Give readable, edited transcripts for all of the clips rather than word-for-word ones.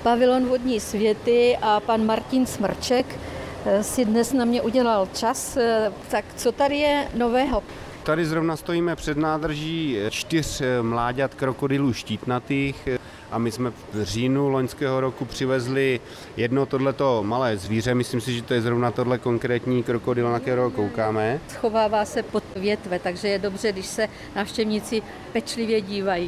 Pavilon vodní světy a pan Martin Smrček si dnes na mě udělal čas. Tak co tady je nového? Tady zrovna stojíme před nádrží 4 mláďat krokodylů štítnatých a my jsme v říjnu loňského roku přivezli jedno tohleto malé zvíře. Myslím si, že to je zrovna tohle konkrétní krokodyl, na kterého koukáme. Schovává se pod větve, takže je dobře, když se návštěvníci pečlivě dívají.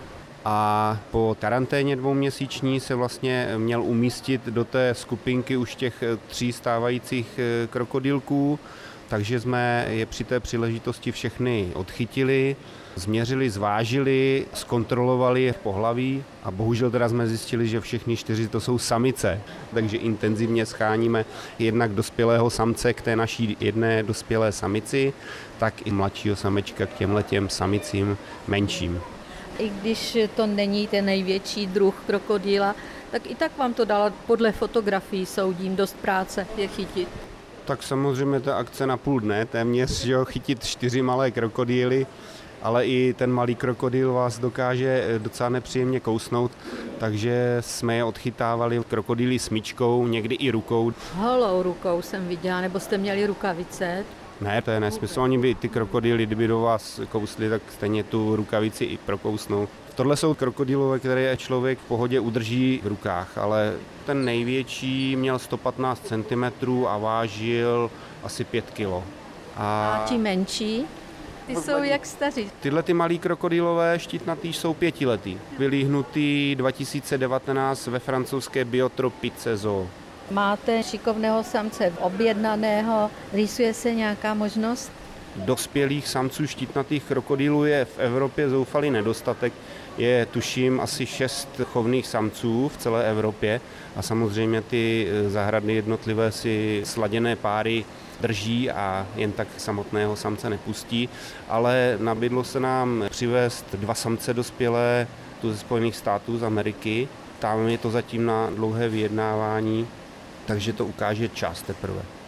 A po karanténě 2měsíční se vlastně měl umístit do té skupinky už těch 3 stávajících krokodylků, takže jsme je při té příležitosti všechny odchytili, změřili, zvážili, zkontrolovali je v pohlaví a bohužel teda jsme zjistili, že všechny 4 to jsou samice, takže intenzivně scháníme jednak dospělého samce k té naší jedné dospělé samici, tak i mladšího samečka k těmhletěm samicím menším. I když to není ten největší druh krokodýla, tak i tak vám to dalo podle fotografií, soudím, dost práce je chytit. Tak samozřejmě ta akce na půl dne, téměř, že chytit 4 malé krokodýly, ale i ten malý krokodýl vás dokáže docela nepříjemně kousnout, takže jsme je odchytávali krokodýly smyčkou, někdy i rukou. Holou rukou jsem viděla, nebo jste měli rukavice? Ne, to je nesmysl, oni by ty krokodýly, kdyby do vás kousli, tak stejně tu rukavici i prokousnou. Tohle jsou krokodýlové, které člověk v pohodě udrží v rukách, ale ten největší měl 115 cm a vážil asi 5 kg. A ti menší? Ty jsou jak staří. Tyhle ty malí krokodýlové štítnatý jsou 5letý. Vylíhnutý 2019 ve francouzské biotropice zoo. Máte šikovného samce objednaného, rýsuje se nějaká možnost? Dospělých samců štítnatých krokodýlů je v Evropě zoufalý nedostatek. Je tuším asi 6 chovných samců v celé Evropě a samozřejmě ty zahradny jednotlivé si sladěné páry drží a jen tak samotného samce nepustí, ale nabídlo se nám přivést 2 samce dospělé tu ze Spojených států z Ameriky. Tam je to zatím na dlouhé vyjednávání, takže to ukáže čas teprve.